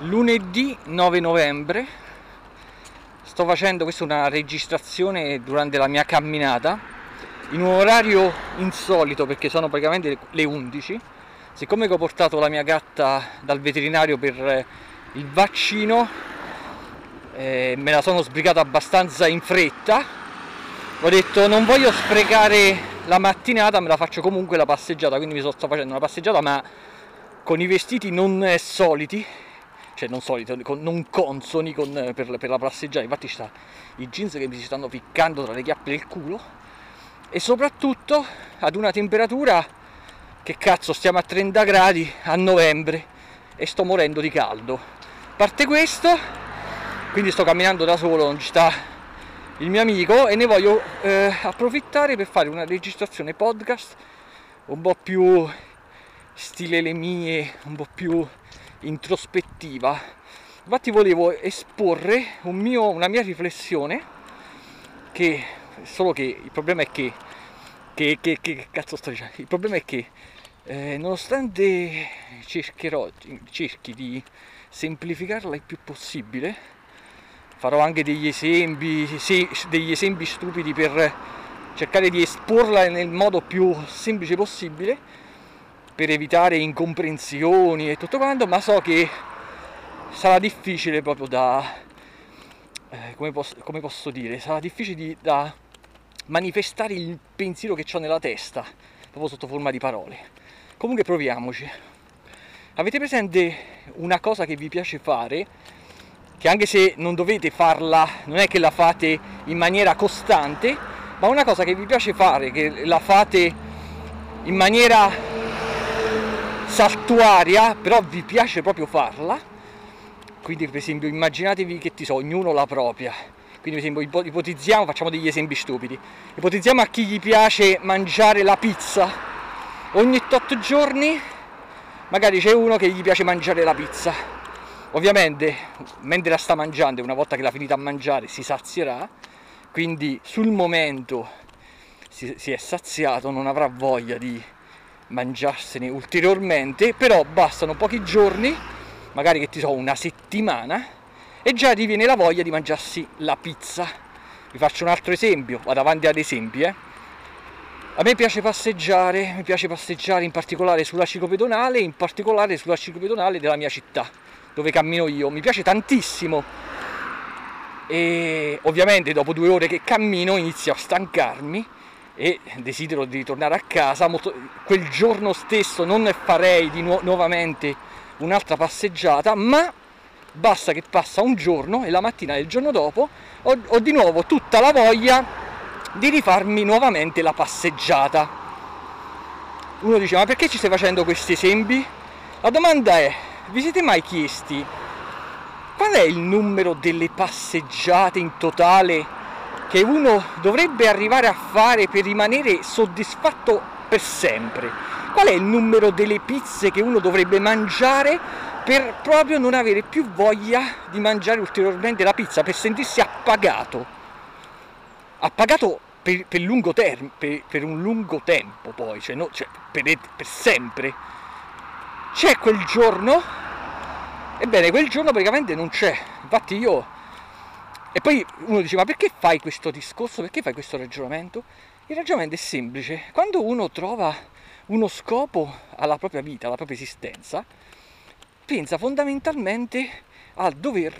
Lunedì 9 novembre, sto facendo, questa è una registrazione durante la mia camminata, in un orario insolito perché sono praticamente le 11. Siccome ho portato la mia gatta dal veterinario per il vaccino, me la sono sbrigata abbastanza in fretta. Ho detto non voglio sprecare la mattinata, me la faccio comunque la passeggiata, quindi sto facendo una passeggiata ma con i vestiti non soliti, cioè non soliti, non consoni per la passeggiata. Infatti sta i jeans che mi si stanno ficcando tra le chiappe del culo, e soprattutto ad una temperatura che cazzo, stiamo a 30 gradi a novembre e sto morendo di caldo. A parte questo, quindi sto camminando da solo, non ci sta il mio amico, e ne voglio approfittare per fare una registrazione podcast un po' più stile le mie, un po' più introspettiva. Infatti volevo esporre una mia riflessione, che solo che il problema è che cazzo sto dicendo? Il problema è che nonostante cerchi di semplificarla il più possibile, farò anche degli esempi stupidi per cercare di esporla nel modo più semplice possibile, per evitare incomprensioni e tutto quanto, ma so che sarà difficile proprio come posso dire, sarà difficile da manifestare il pensiero che ho nella testa, proprio sotto forma di parole. Comunque proviamoci. Avete presente una cosa che vi piace fare, che anche se non dovete farla, non è che la fate in maniera costante, ma una cosa che vi piace fare, che la fate in maniera saltuaria, però vi piace proprio farla? Quindi per esempio immaginatevi che ognuno la propria. Quindi per esempio ipotizziamo, facciamo degli esempi stupidi. Ipotizziamo a chi gli piace mangiare la pizza. Ogni 8 giorni magari c'è uno che gli piace mangiare la pizza. Ovviamente mentre la sta mangiando, una volta che l'ha finita a mangiare, si sazierà. Quindi sul momento si è saziato, non avrà voglia di mangiarsene ulteriormente, però bastano pochi giorni, magari una settimana, e già ti viene la voglia di mangiarsi la pizza. Vi faccio un altro esempio, vado avanti ad esempi. A me piace passeggiare, in particolare sulla ciclopedonale, della mia città, dove cammino io. Mi piace tantissimo, e ovviamente dopo 2 ore che cammino inizio a stancarmi e desidero di ritornare a casa. Quel giorno stesso non farei nuovamente un'altra passeggiata, ma basta che passa un giorno e la mattina del giorno dopo ho di nuovo tutta la voglia di rifarmi nuovamente la passeggiata. Uno dice: ma perché ci stai facendo questi esempi? La domanda è: vi siete mai chiesti qual è il numero delle passeggiate in totale che uno dovrebbe arrivare a fare per rimanere soddisfatto per sempre? Qual è il numero delle pizze che uno dovrebbe mangiare per proprio non avere più voglia di mangiare ulteriormente la pizza, per sentirsi appagato per lungo termine, per un lungo tempo, poi per sempre? C'è quel giorno? Ebbene, quel giorno praticamente non c'è. Infatti e poi uno dice: ma perché fai questo discorso? Perché fai questo ragionamento? Il ragionamento è semplice. Quando uno trova uno scopo alla propria vita, alla propria esistenza, pensa fondamentalmente al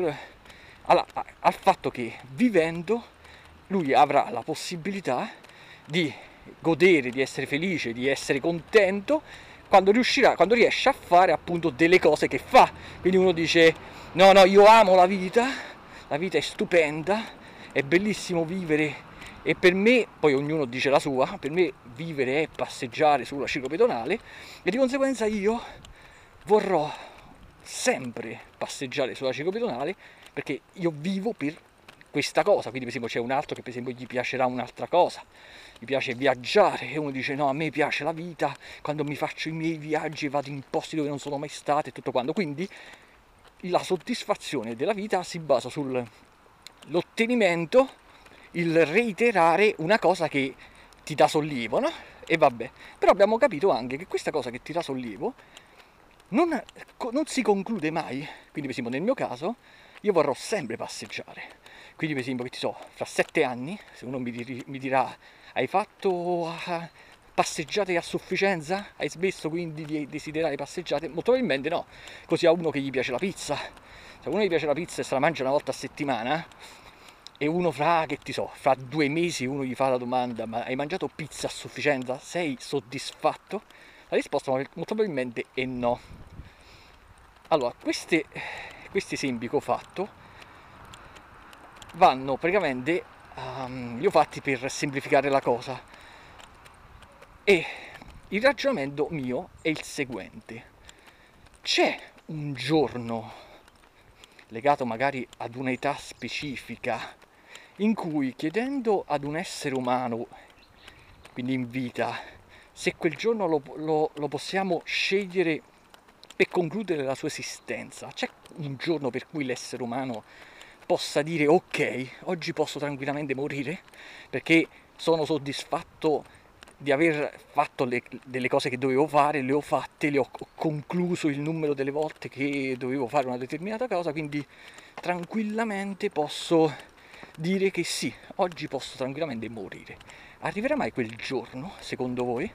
fatto che vivendo lui avrà la possibilità di godere, di essere felice, di essere contento quando riesce a fare appunto delle cose che fa. Quindi uno dice: no, io amo la vita è stupenda, è bellissimo vivere, e per me, poi ognuno dice la sua, per me vivere è passeggiare sulla ciclopedonale, e di conseguenza io vorrò sempre passeggiare sulla ciclopedonale perché io vivo per questa cosa. Quindi per esempio c'è un altro che per esempio gli piacerà un'altra cosa, gli piace viaggiare, e uno dice: no, a me piace la vita quando mi faccio i miei viaggi e vado in posti dove non sono mai stato e tutto quanto. Quindi la soddisfazione della vita si basa sull'ottenimento, il reiterare una cosa che ti dà sollievo, no? E vabbè, però abbiamo capito anche che questa cosa che ti dà sollievo non si conclude mai. Quindi per esempio nel mio caso io vorrò sempre passeggiare. Quindi per esempio, che ti so, fra 7 anni, se uno mi dirà hai fatto passeggiate a sufficienza? Hai smesso quindi di desiderare passeggiate? Molto probabilmente no. Così a uno che gli piace la pizza, se a uno gli piace la pizza e se la mangia una volta a settimana, e uno fra 2 mesi uno gli fa la domanda ma hai mangiato pizza a sufficienza? Sei soddisfatto? La risposta molto probabilmente è no. Allora, questi esempi che ho fatto vanno praticamente, li ho fatti per semplificare la cosa, e il ragionamento mio è il seguente: c'è un giorno legato magari ad un'età specifica in cui, chiedendo ad un essere umano, quindi in vita, se quel giorno lo possiamo scegliere per concludere la sua esistenza, c'è un giorno per cui l'essere umano possa dire ok, oggi posso tranquillamente morire perché sono soddisfatto di aver fatto delle cose che dovevo fare, le ho fatte, le ho concluso il numero delle volte che dovevo fare una determinata cosa, quindi tranquillamente posso dire che sì, oggi posso tranquillamente morire. Arriverà mai quel giorno, secondo voi?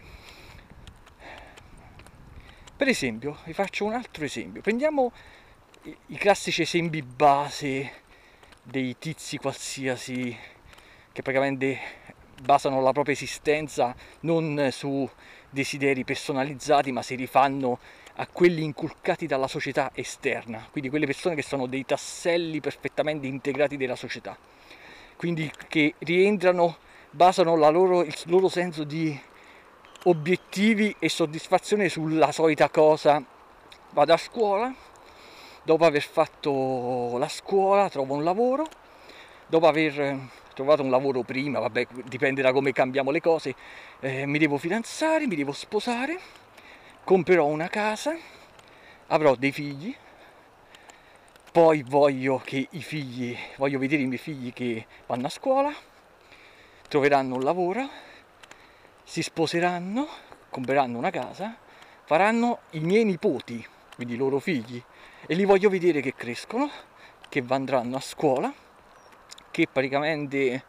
Per esempio, vi faccio un altro esempio. Prendiamo i classici esempi base dei tizi qualsiasi che praticamente basano la propria esistenza non su desideri personalizzati, ma si rifanno a quelli inculcati dalla società esterna, quindi quelle persone che sono dei tasselli perfettamente integrati della società, quindi che rientrano, basano il loro senso di obiettivi e soddisfazione sulla solita cosa: vado a scuola, dopo aver fatto la scuola trovo un lavoro, dopo aver trovato un lavoro prima, vabbè, dipende da come cambiamo le cose, mi devo fidanzare, mi devo sposare, comprerò una casa, avrò dei figli, poi voglio vedere i miei figli che vanno a scuola, troveranno un lavoro, si sposeranno, compreranno una casa, faranno i miei nipoti, quindi i loro figli, e li voglio vedere che crescono, che andranno a scuola, che praticamente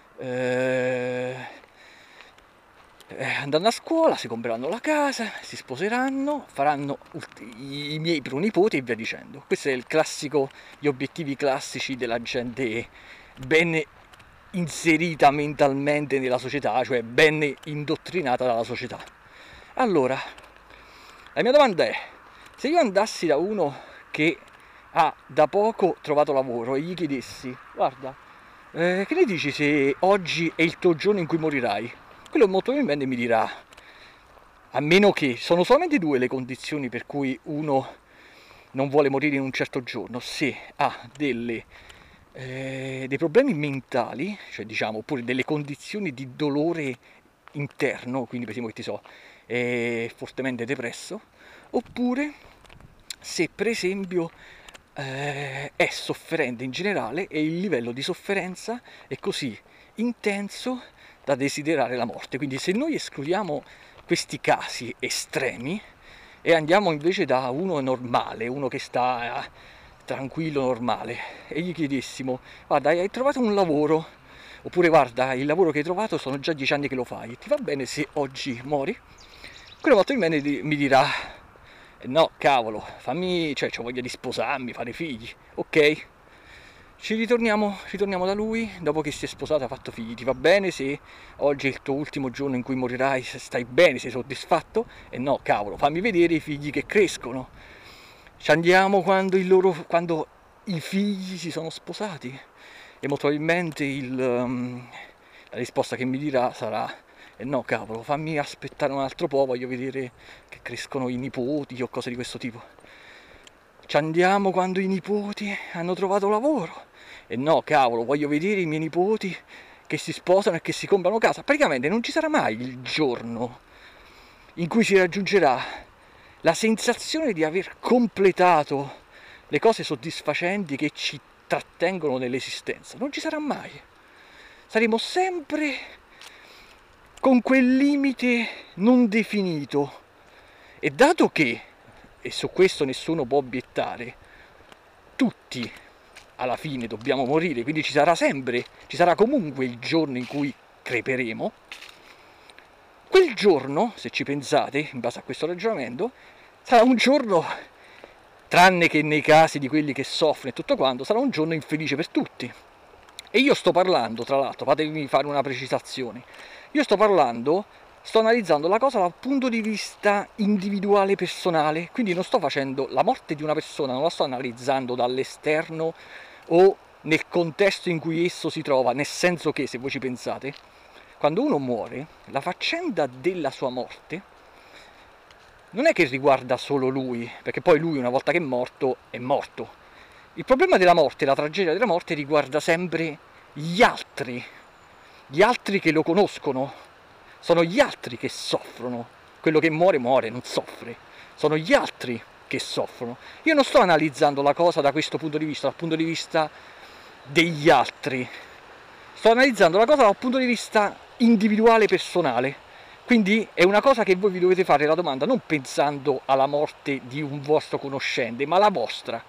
andando a scuola si compreranno la casa, si sposeranno, faranno i miei pronipoti e via dicendo. Questo è gli obiettivi classici della gente ben inserita mentalmente nella società, cioè ben indottrinata dalla società. Allora, la mia domanda è: se io andassi da uno che ha da poco trovato lavoro e gli chiedessi guarda, che ne dici se oggi è il tuo giorno in cui morirai? Quello molto probabilmente mi dirà, a meno che sono solamente 2 le condizioni per cui uno non vuole morire in un certo giorno: se ha dei problemi mentali, cioè diciamo, oppure delle condizioni di dolore interno, quindi per esempio che ti so, è fortemente depresso, oppure se per esempio è sofferente in generale e il livello di sofferenza è così intenso da desiderare la morte. Quindi se noi escludiamo questi casi estremi e andiamo invece da uno normale, uno che sta tranquillo, normale, e gli chiedessimo guarda, hai trovato un lavoro, oppure guarda, il lavoro che hai trovato sono già 10 anni che lo fai, ti va bene se oggi muori? Quello molto in me mi dirà no, cavolo, cioè ho voglia di sposarmi, fare figli, ok? Ritorniamo da lui dopo che si è sposato e ha fatto figli. Ti va bene se oggi è il tuo ultimo giorno in cui morirai, se stai bene, sei soddisfatto? E no, cavolo, fammi vedere i figli che crescono. Ci andiamo quando i figli si sono sposati, e molto probabilmente la risposta che mi dirà sarà no, cavolo, fammi aspettare un altro po', voglio vedere che crescono i nipoti o cose di questo tipo. Ci andiamo quando i nipoti hanno trovato lavoro, e no, cavolo, voglio vedere i miei nipoti che si sposano e che si comprano casa. Praticamente non ci sarà mai il giorno in cui si raggiungerà la sensazione di aver completato le cose soddisfacenti che ci trattengono nell'esistenza. Non ci sarà mai. Saremo sempre con quel limite non definito. E dato che e su questo nessuno può obiettare, tutti alla fine dobbiamo morire, quindi ci sarà comunque il giorno in cui creperemo. Quel giorno, se ci pensate, in base a questo ragionamento, sarà un giorno, tranne che nei casi di quelli che soffrono e tutto quanto, sarà un giorno infelice per tutti. E io sto parlando, tra l'altro, fatemi fare una precisazione, sto analizzando la cosa dal punto di vista individuale, personale, quindi non sto facendo la morte di una persona, non la sto analizzando dall'esterno o nel contesto in cui esso si trova, nel senso che, se voi ci pensate, quando uno muore, la faccenda della sua morte non è che riguarda solo lui, perché poi lui una volta che è morto. Il problema della morte, la tragedia della morte riguarda sempre gli altri che lo conoscono, sono gli altri che soffrono, quello che muore non soffre, sono gli altri che soffrono. Io non sto analizzando la cosa da questo punto di vista, dal punto di vista degli altri, sto analizzando la cosa dal punto di vista individuale, personale. Quindi è una cosa che voi vi dovete fare la domanda non pensando alla morte di un vostro conoscente, ma la vostra.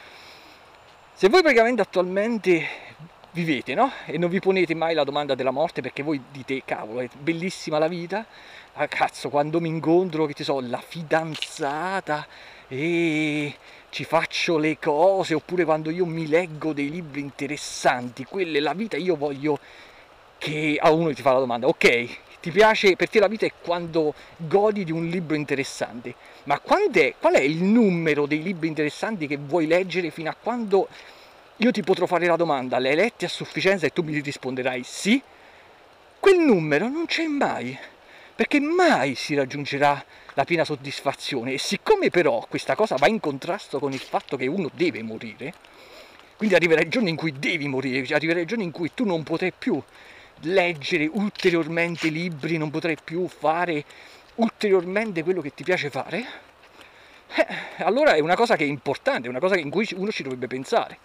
Se voi praticamente attualmente vivete, no? E non vi ponete mai la domanda della morte perché voi dite, cavolo, è bellissima la vita, ah, cazzo, quando mi incontro, che ti so, la fidanzata e ci faccio le cose, oppure quando io mi leggo dei libri interessanti, quella è la vita, io voglio che a uno ti fa la domanda, ok, ti piace, per te la vita è quando godi di un libro interessante, ma qual è il numero dei libri interessanti che vuoi leggere fino a quando io ti potrò fare la domanda, l'hai letti a sufficienza e tu mi risponderai sì? Quel numero non c'è mai, perché mai si raggiungerà la piena soddisfazione e siccome però questa cosa va in contrasto con il fatto che uno deve morire, quindi arriverà il giorno in cui devi morire, arriverà il giorno in cui tu non potrai più leggere ulteriormente libri, non potrai più fare ulteriormente quello che ti piace fare, allora è una cosa che è importante, è una cosa in cui uno ci dovrebbe pensare.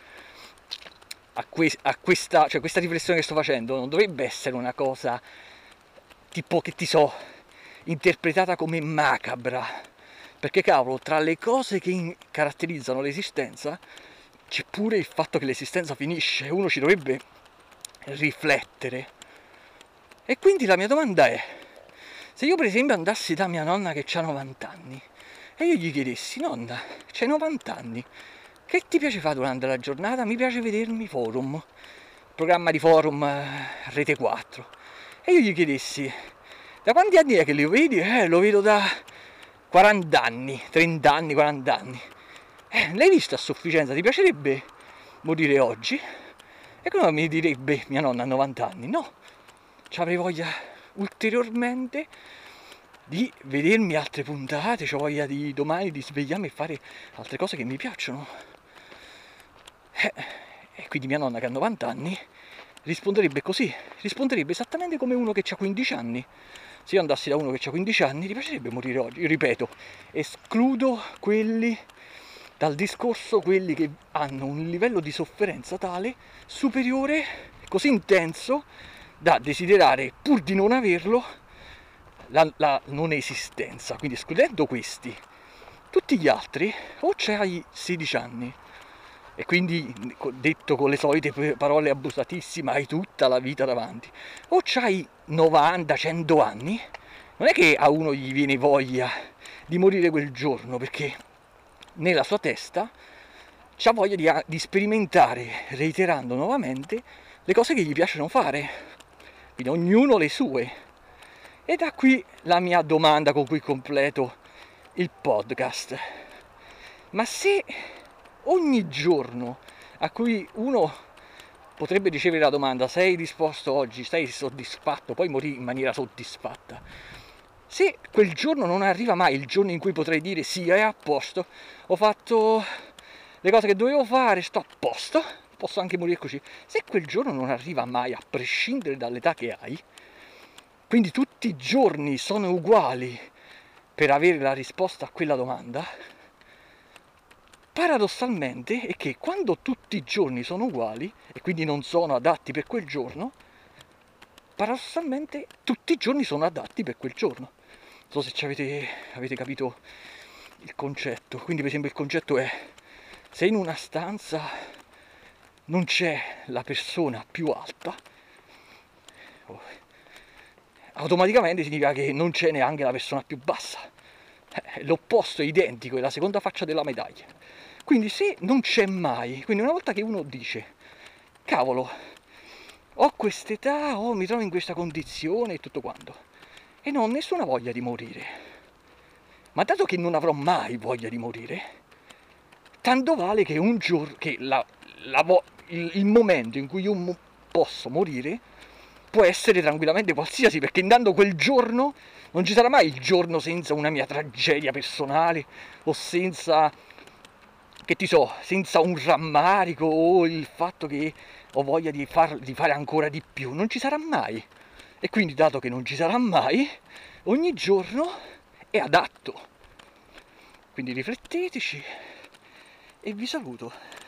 Questa riflessione che sto facendo non dovrebbe essere una cosa tipo, che ti so, interpretata come macabra, perché cavolo, tra le cose che caratterizzano l'esistenza c'è pure il fatto che l'esistenza finisce e uno ci dovrebbe riflettere. E quindi la mia domanda è, se io per esempio andassi da mia nonna che ha 90 anni e io gli chiedessi, nonna, c'hai 90 anni, che ti piace fare durante la giornata? Mi piace vedermi Forum, programma di Forum Rete 4. E io gli chiedessi, da quanti anni è che lo vedi? Lo vedo da 40 anni, 30 anni, 40 anni. L'hai visto a sufficienza? Ti piacerebbe morire oggi? E come mi direbbe mia nonna a 90 anni? No, ci avrei voglia ulteriormente di vedermi altre puntate, ho voglia di domani di svegliarmi e fare altre cose che mi piacciono. E quindi mia nonna che ha 90 anni risponderebbe così, risponderebbe esattamente come uno che ha 15 anni. Se io andassi da uno che ha 15 anni, ti piacerebbe morire oggi? Io ripeto, escludo quelli dal discorso, quelli che hanno un livello di sofferenza tale, superiore, così intenso, da desiderare, pur di non averlo, la non esistenza. Quindi escludendo questi, tutti gli altri, o c'hai 16 anni, e quindi, detto con le solite parole abusatissime, hai tutta la vita davanti, o c'hai 90, 100 anni, non è che a uno gli viene voglia di morire quel giorno, perché nella sua testa c'ha voglia di sperimentare, reiterando nuovamente, le cose che gli piacciono fare, quindi ognuno le sue. E da qui la mia domanda con cui completo il podcast. Ma se ogni giorno a cui uno potrebbe ricevere la domanda sei disposto oggi, sei soddisfatto, poi morì in maniera soddisfatta, se quel giorno non arriva mai, il giorno in cui potrei dire sì, è a posto, ho fatto le cose che dovevo fare, sto a posto, posso anche morire così, se quel giorno non arriva mai, a prescindere dall'età che hai, quindi tutti i giorni sono uguali per avere la risposta a quella domanda, paradossalmente è che quando tutti i giorni sono uguali e quindi non sono adatti per quel giorno, paradossalmente tutti i giorni sono adatti per quel giorno. Non so se avete capito il concetto. Quindi per esempio il concetto è: se in una stanza non c'è la persona più alta, automaticamente significa che non c'è neanche la persona più bassa. L'opposto è identico, è la seconda faccia della medaglia. Quindi se non c'è mai, quindi una volta che uno dice cavolo, ho quest'età, mi trovo in questa condizione e tutto quanto, e non ho nessuna voglia di morire, ma dato che non avrò mai voglia di morire, tanto vale che un giorno, che il momento in cui io posso morire può essere tranquillamente qualsiasi, perché intanto quel giorno non ci sarà mai il giorno senza una mia tragedia personale o senza, che ti so, senza un rammarico o il fatto che ho voglia di fare ancora di più. Non ci sarà mai. E quindi, dato che non ci sarà mai, ogni giorno è adatto. Quindi rifletteteci e vi saluto.